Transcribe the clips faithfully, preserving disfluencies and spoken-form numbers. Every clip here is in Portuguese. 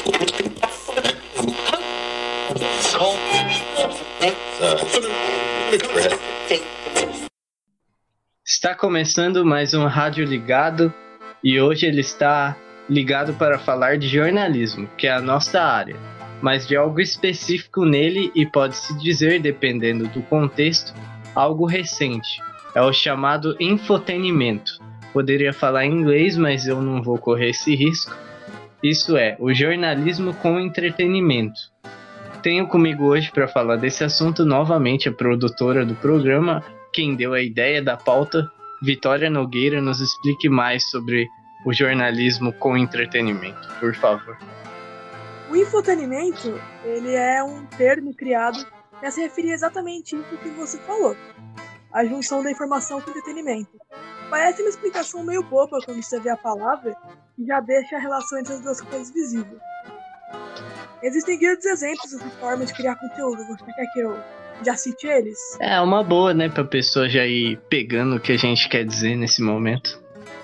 Está começando mais um Rádio Ligado e hoje ele está ligado para falar de jornalismo, que é a nossa área, mas de algo específico nele e pode-se dizer, dependendo do contexto, algo recente. É o chamado infotenimento. Poderia falar em inglês, mas eu não vou correr esse risco. Isso é, o jornalismo com entretenimento. Tenho comigo hoje para falar desse assunto novamente a produtora do programa, quem deu a ideia da pauta, Vitória Nogueira. Nos explique mais sobre o jornalismo com entretenimento, por favor. O infotenimento, ele é um termo criado para se referir exatamente isso que você falou, a junção da informação com entretenimento. Parece uma explicação meio boba quando você vê a palavra e já deixa a relação entre as duas coisas visível. Existem grandes exemplos de formas de criar conteúdo. Você quer que eu já cite eles? É uma boa, né, pra pessoa já ir pegando o que a gente quer dizer nesse momento.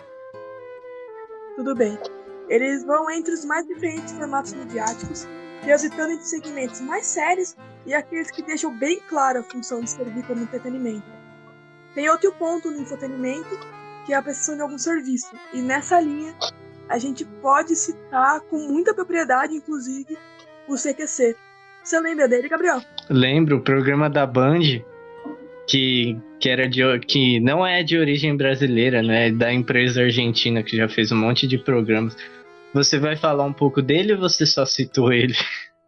Tudo bem. Eles vão entre os mais diferentes formatos midiáticos, transitando entre segmentos mais sérios e aqueles que deixam bem clara a função de servir como entretenimento. Tem outro ponto no infotenimento, que é a prestação de algum serviço. E nessa linha, a gente pode citar com muita propriedade, inclusive, o C Q C. Você lembra dele, Gabriel? Lembro, o programa da Band, que, que, era de, que não é de origem brasileira, né? É da empresa argentina, que já fez um monte de programas. Você vai falar um pouco dele ou você só citou ele?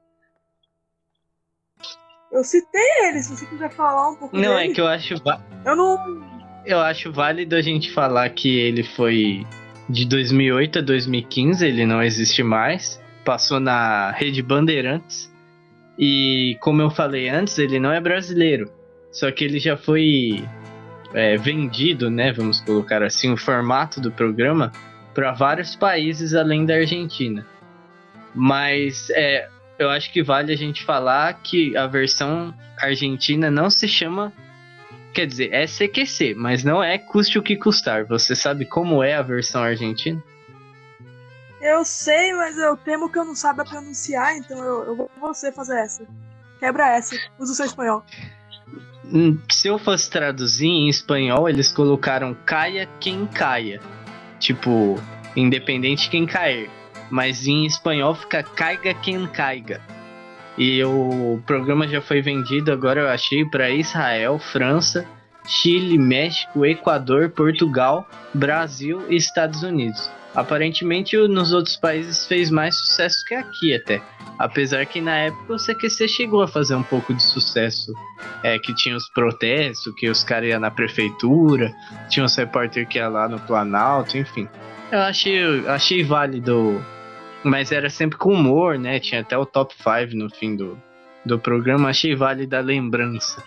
Eu citei ele, se você quiser falar um pouco não, dele. É que eu acho... Eu não... Eu acho válido a gente falar que ele foi de dois mil e oito a dois mil e quinze, ele não existe mais. Passou na Rede Bandeirantes. E como eu falei antes, ele não é brasileiro. Só que ele já foi é, vendido, né? Vamos colocar assim, o formato do programa para vários países além da Argentina. Mas é, eu acho que vale a gente falar que a versão argentina não se chama... Quer dizer, é C Q C, mas não é custe o que custar. Você sabe como é a versão argentina? Eu sei, mas eu temo que eu não saiba pronunciar, então eu, eu vou você fazer essa. Quebra essa, usa o seu espanhol. Se eu fosse traduzir em espanhol, eles colocaram caia quem caia. Tipo, independente quem cair. Mas em espanhol fica caiga quem caiga. E o programa já foi vendido, agora eu achei, para Israel, França, Chile, México, Equador, Portugal, Brasil e Estados Unidos. Aparentemente nos outros países fez mais sucesso que aqui até. Apesar que na época o C Q C chegou a fazer um pouco de sucesso. É, que tinha os protestos, que os caras iam na prefeitura, tinha os repórter que ia lá no Planalto, enfim. Eu achei, achei válido, mas era sempre com humor, né? Tinha até o top cinco no fim do, do programa, achei válida a lembrança.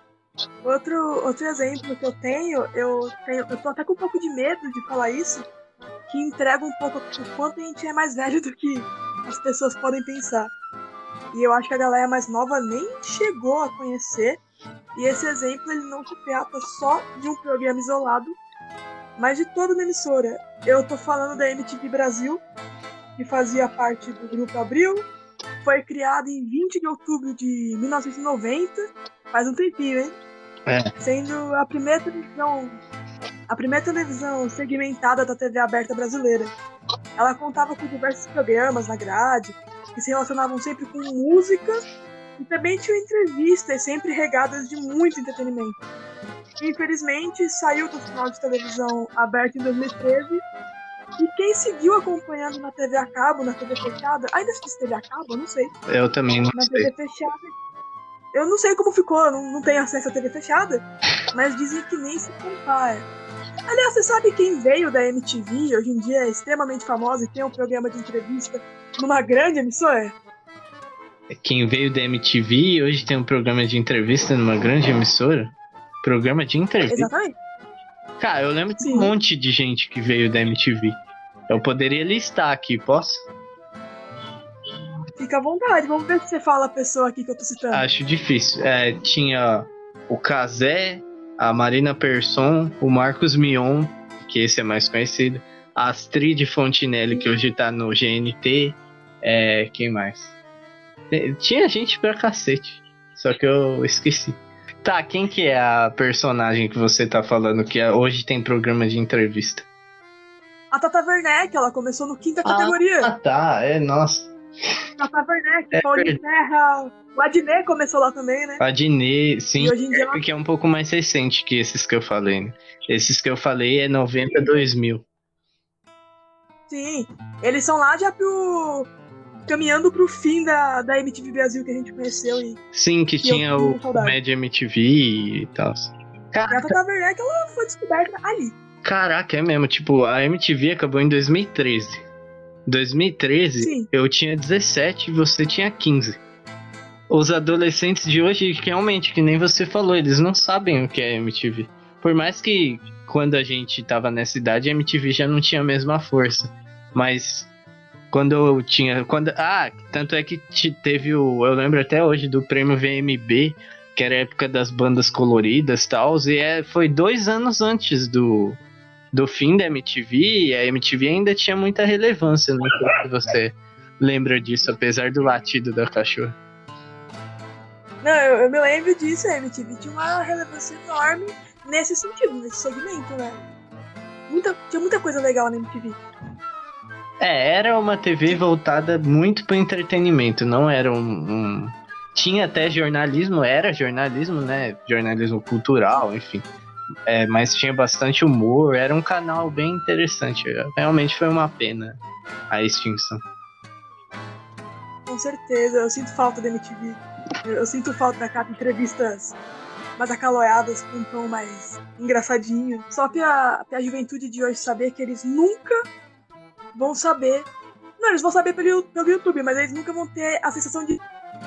Outro, outro exemplo que eu tenho, eu tenho, eu tô até com um pouco de medo de falar isso, que entrega um pouco o quanto a gente é mais velho do que as pessoas podem pensar. E eu acho que a galera mais nova nem chegou a conhecer. E esse exemplo ele não se trata só de um programa isolado, mas de toda uma emissora. Eu tô falando da M T V Brasil, que fazia parte do Grupo Abril. Foi criada em vinte de outubro de mil novecentos e noventa, faz um tempinho, hein? É. Sendo a primeira televisão... A primeira televisão segmentada da T V aberta brasileira. Ela contava com diversos programas na grade, que se relacionavam sempre com música, e também tinham entrevistas sempre regadas de muito entretenimento. Infelizmente, saiu do sinal de televisão aberto em dois mil e treze, e quem seguiu acompanhando na T V a cabo, na T V fechada, ainda existe T V a cabo? Eu não sei. Eu também não na sei. Na T V fechada, eu não sei como ficou, eu não, não tenho acesso à T V fechada, mas dizem que nem se compara. Aliás, você sabe quem veio da M T V, hoje em dia é extremamente famosa e tem um programa de entrevista numa grande emissora? Quem veio da M T V e hoje tem um programa de entrevista numa grande emissora? Programa de entrevista? Exatamente. Cara, eu lembro de Sim. um monte de gente que veio da M T V. Eu poderia listar aqui, posso? Fica à vontade, vamos ver se você fala a pessoa aqui que eu tô citando. Acho difícil. É, tinha o Cazé, a Marina Persson, o Marcos Mion, que esse é mais conhecido, a Astrid Fontinelli, que hoje tá no G N T, É, quem mais? Tinha gente pra cacete, só que eu esqueci. Tá, quem que é a personagem que você tá falando que hoje tem programa de entrevista? A Tata Werneck, ela começou no quinta categoria. Ah, tá, é, nossa. Tata Werneck, É Paulinho Terra, o Adnet começou lá também, né? A Adnet, sim, E hoje em dia ela... porque é um pouco mais recente que esses que eu falei, né? Esses que eu falei é noventa, dois mil. Sim, eles são lá já pro... caminhando pro fim da, da M T V Brasil que a gente conheceu. E sim, que, que tinha o Comédia M T V e tal. Caraca. E a Tata Werneck, ela foi descoberta ali. Caraca, é mesmo. Tipo, a M T V acabou em dois mil e treze. dois mil e treze, sim. Eu tinha dezessete e você tinha quinze. Os adolescentes de hoje, realmente, que nem você falou, eles não sabem o que é M T V. Por mais que quando a gente tava nessa idade, a M T V já não tinha a mesma força. Mas quando eu tinha... Quando, ah, tanto é que teve o... Eu lembro até hoje do prêmio V M B, que era a época das bandas coloridas e tal. E é, foi dois anos antes do, do fim da M T V. E a M T V ainda tinha muita relevância. Não sei se você lembra disso, apesar do latido da cachorra. Não, eu, eu me lembro disso. A M T V tinha uma relevância enorme nesse sentido, nesse segmento, né? Muita, tinha muita coisa legal na M T V. É, era uma T V voltada muito para entretenimento, não era um, um... Tinha até jornalismo, era jornalismo, né? Jornalismo cultural, enfim. É, mas tinha bastante humor, era um canal bem interessante. Realmente foi uma pena a extinção. Com certeza, eu sinto falta da M T V. Eu, eu sinto falta daquelas entrevistas mais acaloiadas, com um tom mais engraçadinho. Só pra, pra juventude de hoje saber que eles nunca vão saber... Não, eles vão saber pelo, pelo YouTube, mas eles nunca vão ter a sensação de...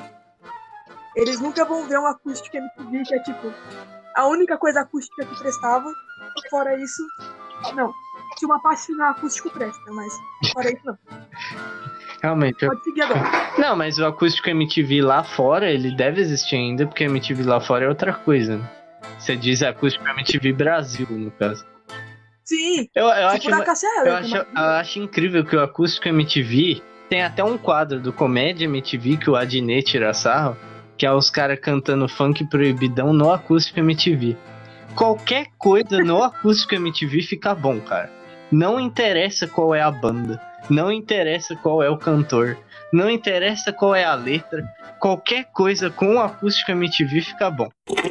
Eles nunca vão ver um acústico M T V que é tipo... A única coisa acústica que prestava, fora isso... Não, tinha uma parte final acústico presta, mas fora isso não. Realmente. Pode seguir agora. Não, mas o acústico M T V lá fora, ele deve existir ainda, porque M T V lá fora é outra coisa, né? Você diz acústico M T V Brasil, no caso. Sim, eu, eu, tipo acho, da Cássia eu, Eller, acho, eu acho incrível que o acústico M T V tem até um quadro do Comédia M T V que o Adnet tira sarro, que é os caras cantando funk proibidão no acústico M T V. Qualquer coisa no acústico M T V fica bom, cara. Não interessa qual é a banda, não interessa qual é o cantor, não interessa qual é a letra, qualquer coisa com o acústico M T V fica bom.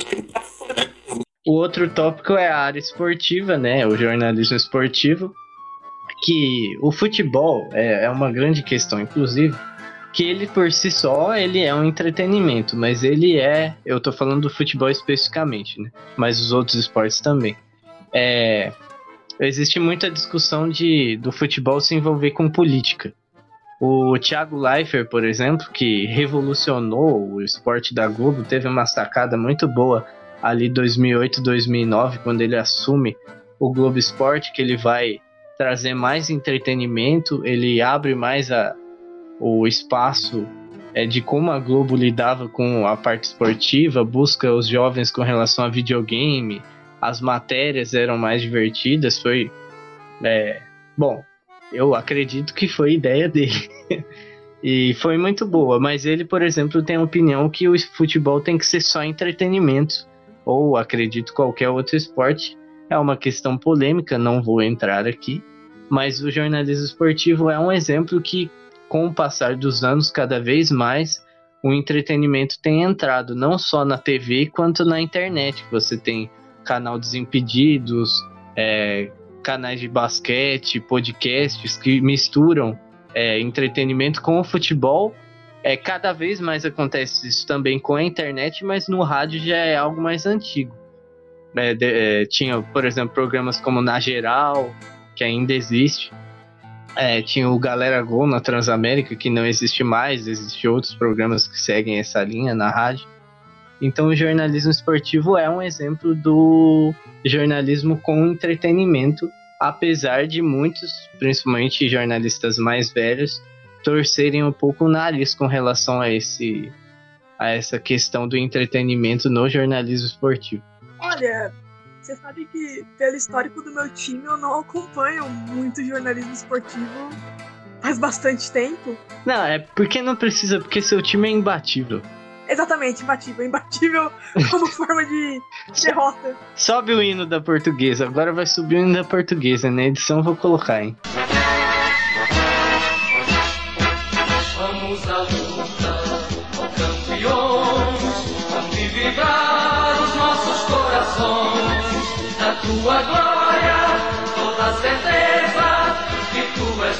O outro tópico é a área esportiva, né? O jornalismo esportivo, que o futebol é, é uma grande questão, inclusive, que ele por si só, ele é um entretenimento, mas ele é, eu tô falando do futebol especificamente, né? Mas os outros esportes também. É, existe muita discussão de, do futebol se envolver com política. O Thiago Leifert, por exemplo, que revolucionou o esporte da Globo, teve uma sacada muito boa ali dois mil e oito, dois mil e nove, quando ele assume o Globo Esporte, que ele vai trazer mais entretenimento, ele abre mais a, o espaço é, de como a Globo lidava com a parte esportiva, busca os jovens com relação a videogame, as matérias eram mais divertidas, foi... É, bom, eu acredito que foi ideia dele. E foi muito boa, mas ele, por exemplo, tem a opinião que o futebol tem que ser só entretenimento, ou acredito qualquer outro esporte. É uma questão polêmica, não vou entrar aqui, mas o jornalismo esportivo é um exemplo que, com o passar dos anos, cada vez mais o entretenimento tem entrado, não só na T V, quanto na internet. Você tem canal Desimpedidos, é, canais de basquete, podcasts que misturam é, entretenimento com o futebol. É, cada vez mais acontece isso também com a internet, mas no rádio já é algo mais antigo. É, de, é, tinha, por exemplo, programas como Na Geral, que ainda existe. É, tinha o Galera Gol na Transamérica, que não existe mais. Existem outros programas que seguem essa linha na rádio. Então o jornalismo esportivo é um exemplo do jornalismo com entretenimento, apesar de muitos, principalmente jornalistas mais velhos, torcerem um pouco o nariz com relação a, esse, a essa questão do entretenimento no jornalismo esportivo. Olha, você sabe que pelo histórico do meu time eu não acompanho muito jornalismo esportivo faz bastante tempo. Não, é porque não precisa, porque seu time é imbatível. Exatamente, imbatível. Imbatível como forma de derrota. Sobe o hino da Portuguesa, agora vai subir o hino da Portuguesa, na edição eu vou colocar, hein. Vamos à luta, ó campeões, onde vibrar os nossos corações, na tua glória, toda a certeza que tu és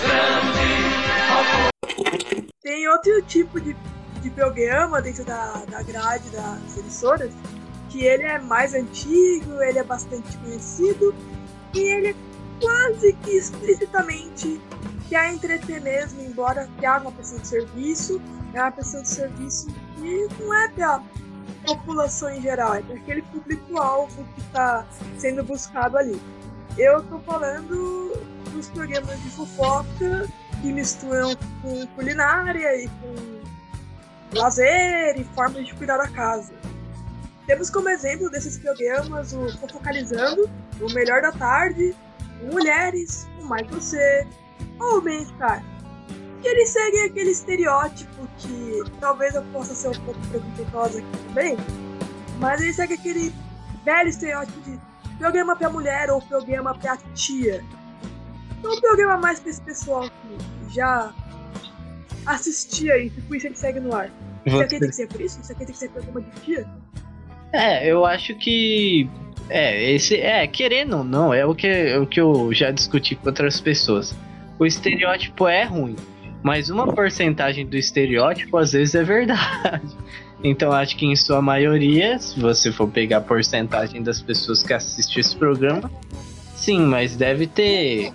grande. Tem outro tipo de, de programa dentro da, da grade das emissoras, que ele é mais antigo, ele é bastante conhecido, e ele é quase que explicitamente quer entreter mesmo, embora que haja uma prestação de serviço, é uma prestação de serviço que não é para a população em geral, é para aquele público-alvo que está sendo buscado ali. Eu estou falando dos programas de fofoca que misturam com culinária e com lazer e formas de cuidar da casa. Temos como exemplo desses programas o Fofocalizando, o Melhor da Tarde, o Mulheres, o Mais Você, ou o Bem-Estar. E eles seguem aquele estereótipo que talvez eu possa ser um pouco preconceituosa aqui também, mas eles seguem aquele velho estereótipo de programa pra mulher ou programa pra tia. Então um programa mais pra esse pessoal que já assistia isso, por isso ele segue no ar. Isso aqui tem que ser por isso? Isso aqui tem que ser programa de tia? É, eu acho que... É, esse... É, querendo ou não, é o que, é o que eu já discuti com outras pessoas. O estereótipo é ruim, mas uma porcentagem do estereótipo às vezes é verdade. Então acho que em sua maioria, se você for pegar a porcentagem das pessoas que assistem esse programa, sim, mas deve ter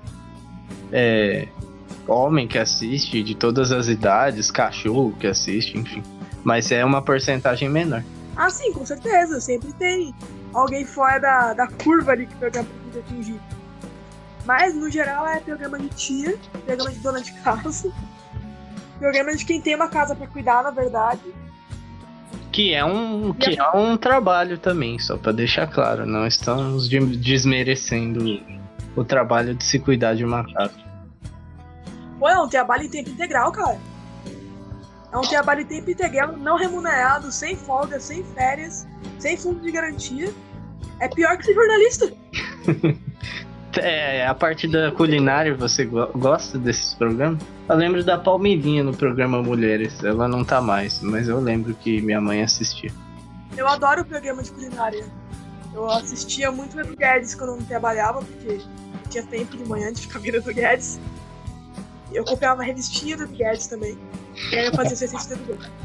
é, homem que assiste de todas as idades, cachorro que assiste, enfim. Mas é uma porcentagem menor. Ah, sim, com certeza. Sempre tem alguém fora da, da curva ali que o programa precisa atingir. Mas, no geral, é programa de tia, programa de dona de casa, programa de quem tem uma casa pra cuidar, na verdade. Que é um, que é um trabalho também, só pra deixar claro. Não estamos desmerecendo o trabalho de se cuidar de uma casa. Pô, é um trabalho em tempo integral, cara. É um trabalho em tempo integral, não remunerado, sem folga, sem férias, sem fundo de garantia. É pior que ser jornalista. É, a parte da culinária, você go- gosta desses programas? Eu lembro da Palmeirinha no programa Mulheres. Ela não tá mais, mas eu lembro que minha mãe assistia. Eu adoro o programa de culinária. Eu assistia muito Edu Guedes quando eu não trabalhava, porque não tinha tempo de manhã de ficar vendo Edu Guedes. Eu comprava uma revistinha do Edu Guedes também. E aí eu fazia receita do Guedes.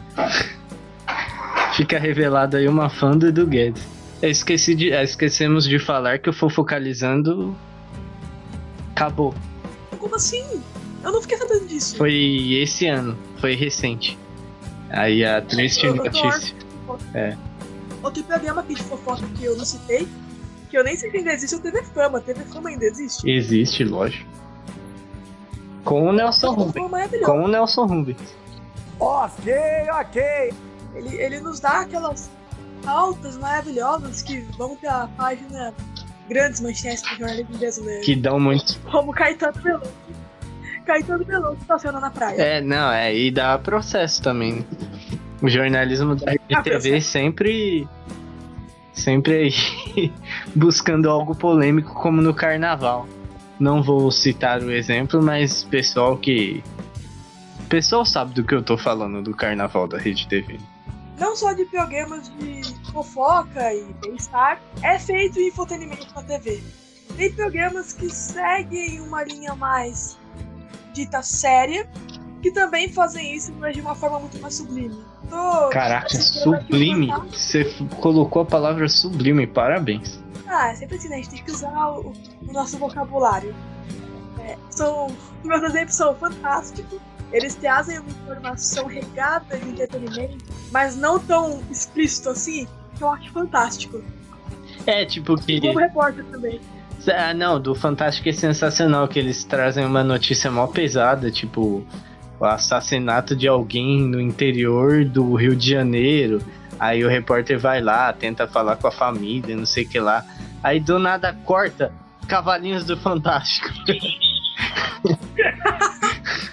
Fica revelado aí uma fã do Edu Guedes. Eu esqueci de, esquecemos de falar que o Fofocalizando acabou. Como assim? Eu não fiquei sabendo disso. Foi esse ano, foi recente. Aí a triste Eu- eu tô notícia. órfão. É. Outro programa aqui de fofoca que eu não citei, que eu nem sei se ainda existe, é o T V Fama. T V Fama ainda existe. Existe, lógico. Com o Nelson T V Rubens. Fama é maravilhoso. Com o Nelson Rubens. Ok, ok. Ele, ele nos dá aquelas pautas maravilhosas que vão pra página grandes manchetes do jornalismo brasileiro. Que dão muito. Como Caetano Veloso. Caetano Veloso estaciona na praia. É, não, é, e dá processo também. Né? O jornalismo da Rede Dá T V processo. sempre. Sempre aí buscando algo polêmico, como no carnaval. Não vou citar o exemplo, mas pessoal que. Pessoal sabe do que eu tô falando do carnaval da Rede T V. Não só de programas de fofoca e bem-estar, é feito infotenimento na T V. Tem programas que seguem uma linha mais dita séria, que também fazem isso, mas de uma forma muito mais sublime. Tô Caraca, citando aqui sublime. uma- Você f- colocou a palavra sublime, parabéns. Ah, é sempre assim, né? A gente tem que usar o, o nosso vocabulário. É, são, meus exemplos são fantásticos. Eles trazem uma informação regada de entretenimento, mas não tão explícito assim, que eu acho fantástico. É, tipo que. Como repórter também. Ah, não, do Fantástico é sensacional que eles trazem uma notícia mó pesada, tipo o assassinato de alguém no interior do Rio de Janeiro. Aí o repórter vai lá, tenta falar com a família, não sei o que lá. Aí do nada corta Cavalinhos do Fantástico.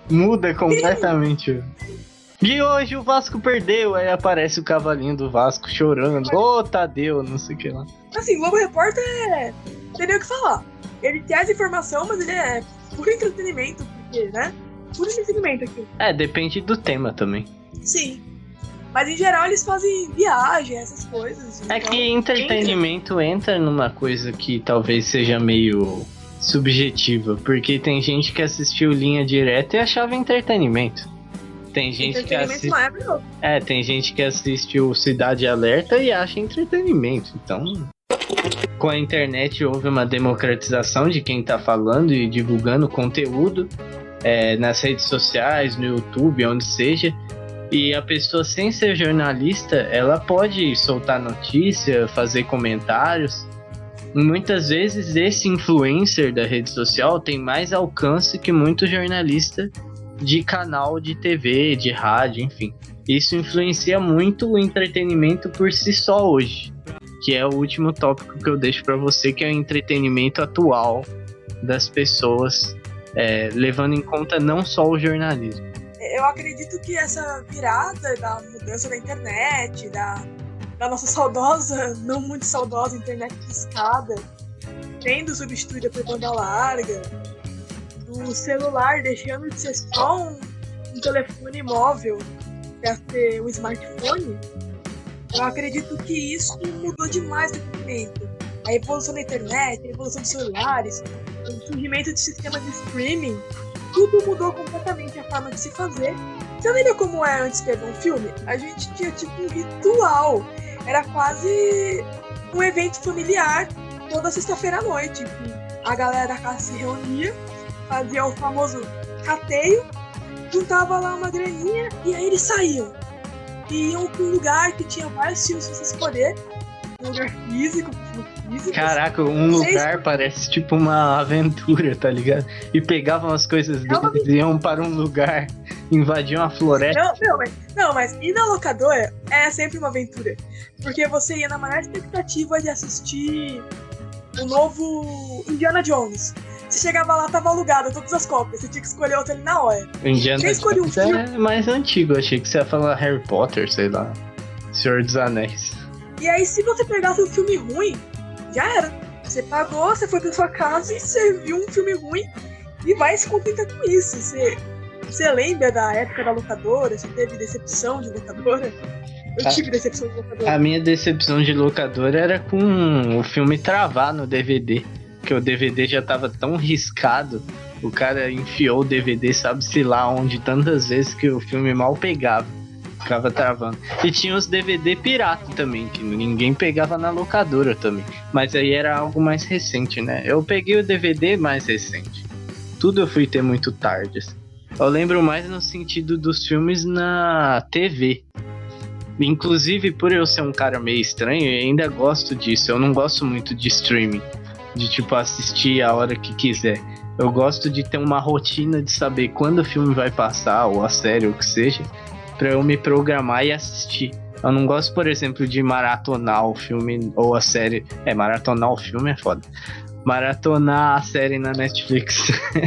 Muda completamente. E hoje o Vasco perdeu, aí aparece o cavalinho do Vasco chorando. Ô, Tadeu, não sei o que lá. Assim, o Globo Repórter é... tem nem o que falar. Ele tem essa informação, mas ele é puro entretenimento, porque, né? Puro entretenimento aqui. É, depende do tema também. Sim. Mas em geral eles fazem viagem, essas coisas. É então, que entretenimento entra... entra numa coisa que talvez seja meio subjetiva, porque tem gente que assistiu Linha Direta e achava entretenimento. Tem gente que assiste... é, é, tem gente que assistiu Cidade Alerta e acha entretenimento. Então, com a internet houve uma democratização de quem tá falando e divulgando conteúdo é, nas redes sociais, no YouTube, onde seja. E a pessoa, sem ser jornalista, ela pode soltar notícia, fazer comentários. E muitas vezes esse influencer da rede social tem mais alcance que muito jornalista de canal de T V, de rádio, enfim. Isso influencia muito o entretenimento por si só hoje, que é o último tópico que eu deixo para você, que é o entretenimento atual das pessoas, é, levando em conta não só o jornalismo. Eu acredito que essa virada da mudança da internet, da, da nossa saudosa, não muito saudosa internet discada, tendo substituída por banda larga, do celular deixando de ser só um, um telefone móvel para ser um smartphone, eu acredito que isso mudou demais o entretenimento. A evolução da internet, a evolução dos celulares, o surgimento de sistemas de streaming, tudo mudou completamente a forma de se fazer. Você lembra como é antes de ver um filme? A gente tinha tipo um ritual. Era quase um evento familiar toda sexta-feira à noite. A galera da casa se reunia, fazia o famoso cateio, juntava lá uma graninha e aí eles saíam. E iam para um lugar que tinha vários filmes pra você escolher. Um lugar físico, físico. Caraca, um lugar Vocês... parece tipo uma aventura, tá ligado? E pegavam as coisas deles e iam para um lugar, invadiam a floresta. Não, não, mas, não, mas ir na locadora é sempre uma aventura. Porque você ia na maior expectativa de assistir o novo Indiana Jones. Você chegava lá, tava alugado, todas as cópias. Você tinha que escolher outra ali na hora. Indiana você escolheu um filme. É mais antigo, achei que você ia falar Harry Potter, sei lá. Senhor dos Anéis. E aí, se você pegasse um filme ruim, já era. Você pagou, você foi pra sua casa e você viu um filme ruim e vai se contentar com isso. Você, você lembra da época da locadora? Você teve decepção de locadora? Eu a, tive decepção de locadora. A minha decepção de locadora era com o filme travar no D V D. Que o D V D já tava tão riscado, o cara enfiou o D V D sabe-se lá onde tantas vezes que o filme mal pegava. Ficava travando. E tinha os D V D pirata também, que ninguém pegava na locadora também. Mas aí era algo mais recente, né? Eu peguei o D V D mais recente. Tudo eu fui ter muito tarde. Assim. Eu lembro mais no sentido dos filmes na T V. Inclusive, por eu ser um cara meio estranho, eu ainda gosto disso. Eu não gosto muito de streaming. De, tipo, assistir a hora que quiser. Eu gosto de ter uma rotina de saber quando o filme vai passar, ou a série, ou o que seja, pra eu me programar e assistir. Eu não gosto, por exemplo, de maratonar o filme ou a série. É, maratonar o filme é foda. Maratonar a série na Netflix.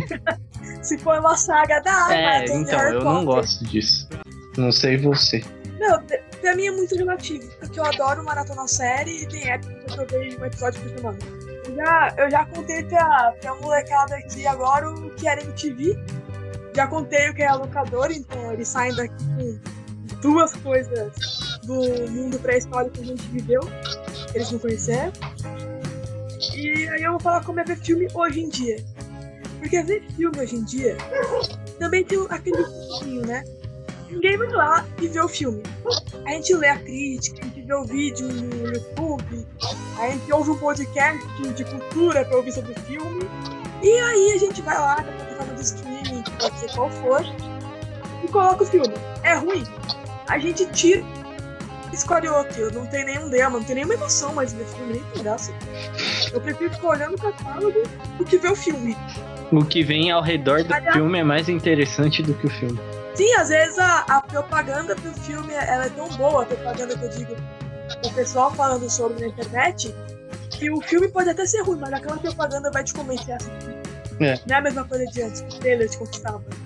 Se for uma saga da É, então, Harry eu Potter. Não gosto disso. Não sei você. Não, pra mim é muito relativo. Porque eu adoro maratonar série e tem época que eu vejo um episódio por semana. Eu já, eu já contei pra, pra molecada aqui agora o que era M T V. Já contei o que é a locadora, então eles saem daqui com duas coisas do mundo pré-histórico que a gente viveu, que eles não conheceram. E aí eu vou falar como é ver filme hoje em dia. Porque ver filme hoje em dia também tem aquele pouquinho, né? Ninguém vai lá e vê o filme. A gente lê a crítica, a gente vê o vídeo no YouTube, a gente ouve um podcast de cultura pra ouvir sobre o filme. E aí a gente vai lá na plataforma de streaming, pode ser qual for, e coloca o filme. É ruim? A gente tira, escolhe outro. Não tem nenhum demo, não tem nenhuma emoção mais ver filme, nem tem graça. Eu prefiro ficar olhando o catálogo do que ver o filme. O que vem ao redor do Aliás, filme é mais interessante do que o filme. Sim, às vezes a, a propaganda pro filme ela é tão boa, a propaganda que eu digo, o pessoal falando sobre na internet, que o filme pode até ser ruim, mas aquela propaganda vai te convencer a assistir. É. Não é a mesma coisa de antes, que o trailer te conquistava.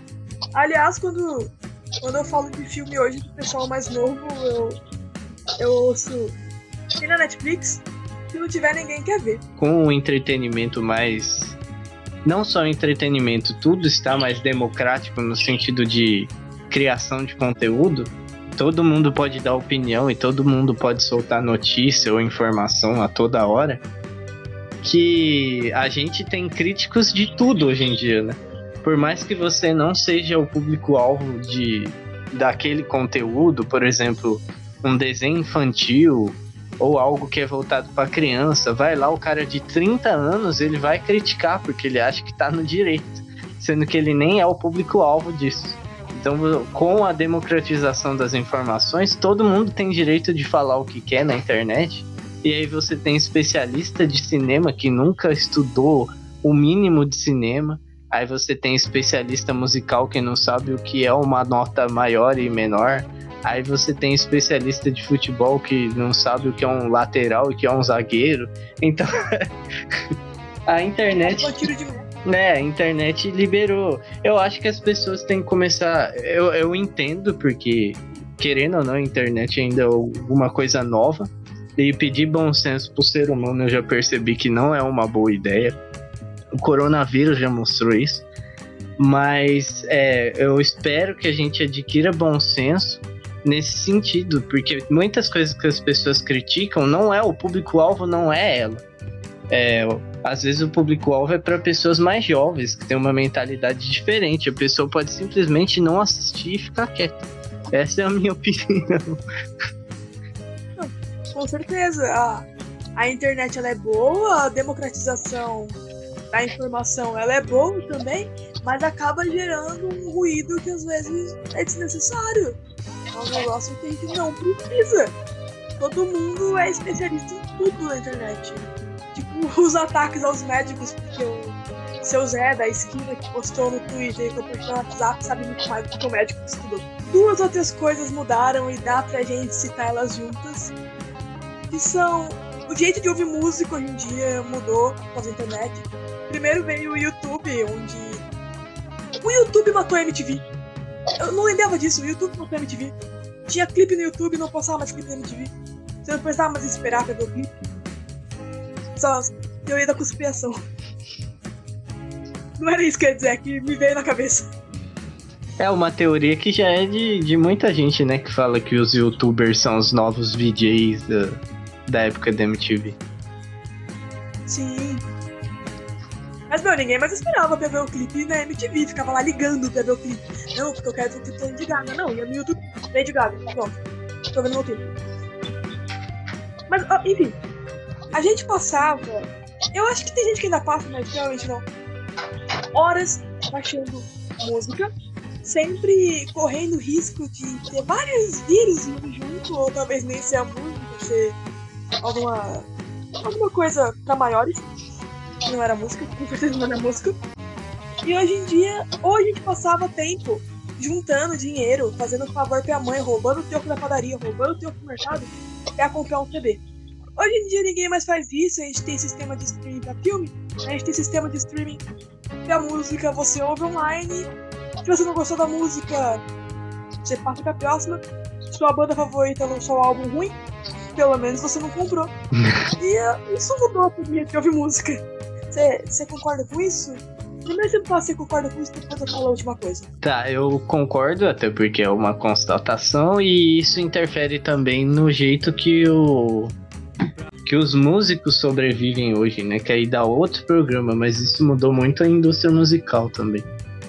Aliás, quando, quando eu falo de filme hoje do pessoal mais novo, eu, eu ouço tem na Netflix, se não tiver ninguém quer ver. Com o entretenimento mais... Não só entretenimento, tudo está mais democrático no sentido de criação de conteúdo. Todo mundo pode dar opinião e todo mundo pode soltar notícia ou informação a toda hora. Que a gente tem críticos de tudo hoje em dia, né? Por mais que você não seja o público-alvo de, daquele conteúdo, por exemplo, um desenho infantil ou algo que é voltado para criança, vai lá o cara de trinta anos, ele vai criticar porque ele acha que tá no direito, sendo que ele nem é o público-alvo disso. Então, com a democratização das informações, todo mundo tem direito de falar o que quer na internet. E aí você tem especialista de cinema que nunca estudou o mínimo de cinema. Aí você tem especialista musical que não sabe o que é uma nota maior e menor. Aí você tem especialista de futebol que não sabe o que é um lateral e o que é um zagueiro. Então, a internet... né, a internet liberou. Eu acho que as pessoas têm que começar... Eu, eu entendo, porque, querendo ou não, a internet ainda é alguma coisa nova. E pedir bom senso pro ser humano eu já percebi que não é uma boa ideia. O coronavírus já mostrou isso. Mas é, eu espero que a gente adquira bom senso nesse sentido, porque muitas coisas que as pessoas criticam não é o público-alvo, não é ela. É, às vezes o público-alvo é para pessoas mais jovens, que têm uma mentalidade diferente. A pessoa pode simplesmente não assistir e ficar quieta. Essa é a minha opinião. Com certeza. A, a internet ela é boa, a democratização da informação ela é boa também, mas acaba gerando um ruído que às vezes é desnecessário. É um negócio que a gente não precisa. Todo mundo é especialista em tudo na internet. Tipo, os ataques aos médicos, porque o seu Zé da esquina que postou no Twitter que eu postei no WhatsApp sabe muito mais do que o médico que estudou. Duas outras coisas mudaram e dá pra gente citar elas juntas, que são o jeito de ouvir música hoje em dia mudou por causa da internet. Primeiro veio o YouTube, onde o YouTube matou a M T V. Eu não lembrava disso, o YouTube matou a M T V. Tinha clipe no YouTube e não postava mais clipe na M T V. Você não precisava mais esperar pra ver o clipe. Só teoria da conspiração. Não era isso que eu ia dizer, é que me veio na cabeça. É uma teoria que já é de, de muita gente, né? Que fala que os youtubers são os novos V Js da, da época da M T V. Sim. Mas, meu, ninguém mais esperava pra ver o clipe na M T V. Ficava lá ligando pra ver o clipe. Não, porque eu quero ver o clipe da Lady Gaga. Não, ia no YouTube, Lady Gaga. Pronto. Tô vendo meu clipe. Mas, ó, enfim. A gente passava... Eu acho que tem gente que ainda passa, mas realmente não. Horas baixando música. Sempre correndo risco de ter vários vírus indo junto. Ou talvez nem ser a música, ser alguma... Alguma coisa pra maiores. Não era música, com certeza não era música. E hoje em dia, ou a gente passava tempo juntando dinheiro, fazendo favor pra mãe, roubando o troco da padaria, roubando o troco do mercado, pra comprar um T V. Hoje em dia ninguém mais faz isso, a gente tem sistema de streaming pra filme, a gente tem sistema de streaming pra música, você ouve online, se você não gostou da música, você passa pra próxima, sua banda favorita lançou um álbum ruim, pelo menos você não comprou. E uh, isso mudou a forma de ouvir música. Você concorda com isso? Primeiro você fala se você concorda com isso, depois eu falo a última coisa. Tá, eu concordo, até porque é uma constatação, e isso interfere também no jeito que o... que os músicos sobrevivem hoje, né? Que aí dá outro programa, mas isso mudou muito a indústria musical também.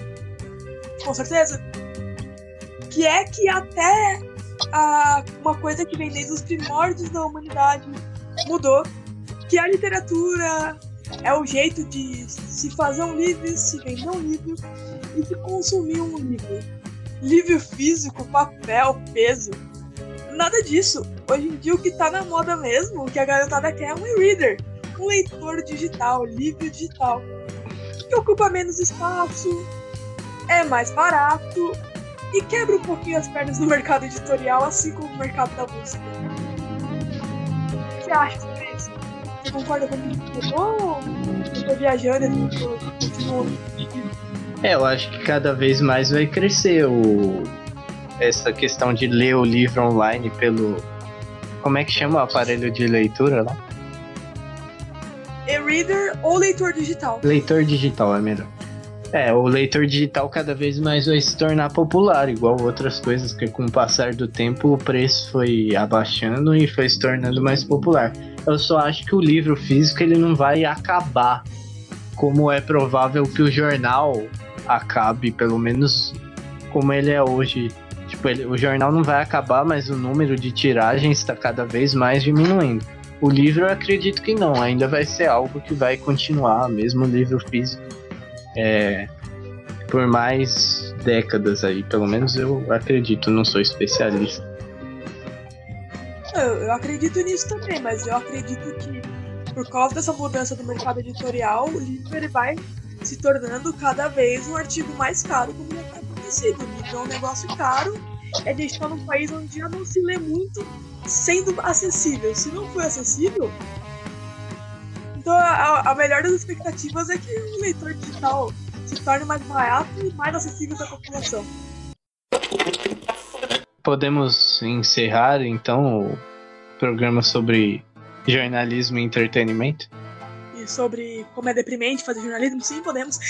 Com certeza. Que é que até a, uma coisa que vem desde os primórdios da humanidade mudou, que a literatura é o jeito de se fazer um livro, se vender um livro e se consumir um livro. Livro físico, papel, peso. Nada disso. Hoje em dia o que tá na moda mesmo, o que a garotada quer é um e-reader, um leitor digital, livro digital, que ocupa menos espaço, é mais barato e quebra um pouquinho as pernas no mercado editorial, assim como o mercado da música. O que você acha sobre isso? Você concorda comigo? Eu tô, eu tô viajando e continuo. É, eu acho que cada vez mais vai crescer o... essa questão de ler o livro online pelo... Como é que chama o aparelho de leitura lá? E-reader ou leitor digital. Leitor digital é melhor. É, o leitor digital cada vez mais vai se tornar popular, igual outras coisas que com o passar do tempo o preço foi abaixando e foi se tornando mais popular. Eu só acho que o livro físico ele não vai acabar, como é provável que o jornal acabe, pelo menos como ele é hoje. Tipo, ele, o jornal não vai acabar, mas o número de tiragens está cada vez mais diminuindo. O livro eu acredito que não, ainda vai ser algo que vai continuar, mesmo o livro físico, é, por mais décadas aí, pelo menos eu acredito, não sou especialista. Eu, eu acredito nisso também, mas eu acredito que por causa dessa mudança do mercado editorial, o livro ele vai se tornando cada vez um artigo mais caro, como já está acontecido. Então é um negócio caro, é de estar num país onde já não se lê muito, sendo acessível. Se não for acessível, então a, a melhor das expectativas é que o leitor digital se torne mais barato e mais acessível para a população. Podemos encerrar então o programa sobre jornalismo e entretenimento? E sobre como é deprimente fazer jornalismo? Sim, podemos.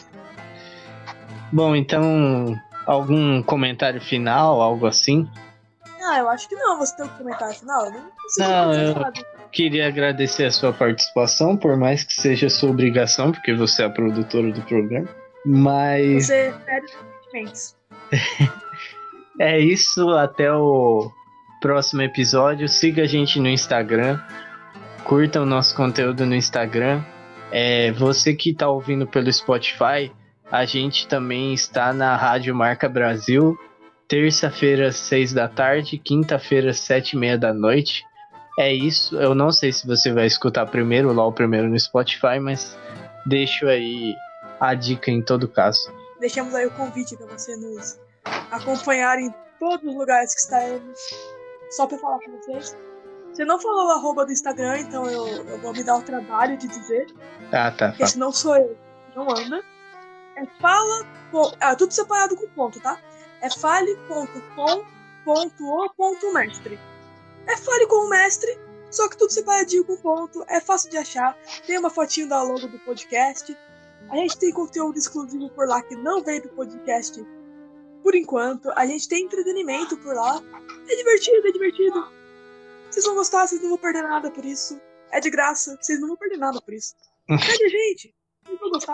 Bom, então, algum comentário final, algo assim? Ah, eu acho que não. Você tem um comentário final? Eu não consigo Não, pensar eu nada. queria agradecer a sua participação, por mais que seja sua obrigação, porque você é a produtora do programa. Mas Você perde os sentimentos. é isso, até o próximo episódio. Siga a gente no Instagram, curta o nosso conteúdo no Instagram. É, você que está ouvindo pelo Spotify, a gente também está na Rádio Marca Brasil, terça-feira, às seis da tarde, quinta-feira, sete e meia da noite. É isso, eu não sei se você vai escutar primeiro lá ou primeiro no Spotify, mas deixo aí a dica em todo caso. Deixamos aí o convite para você nos acompanhar em todos os lugares que estaremos. Só para falar com vocês. Você não falou o arroba do Instagram, então eu, eu vou me dar o trabalho de dizer. Ah, tá. Porque senão sou eu, não anda. É fala... Ah, tudo separado com ponto, tá? É fale ponto com ponto o ponto mestre. É fale com o mestre, só que tudo separadinho com ponto. É fácil de achar. Tem uma fotinho da logo do podcast. A gente tem conteúdo exclusivo por lá que não veio do podcast por enquanto. A gente tem entretenimento por lá. É divertido, é divertido. Vocês vão gostar, vocês não vão perder nada por isso. É de graça, vocês não vão perder nada por isso. Segue a gente, vocês vão gostar.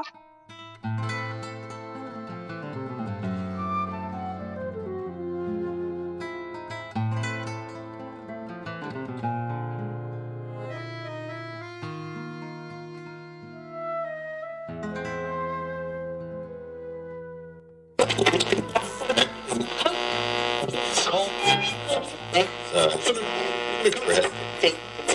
Uh,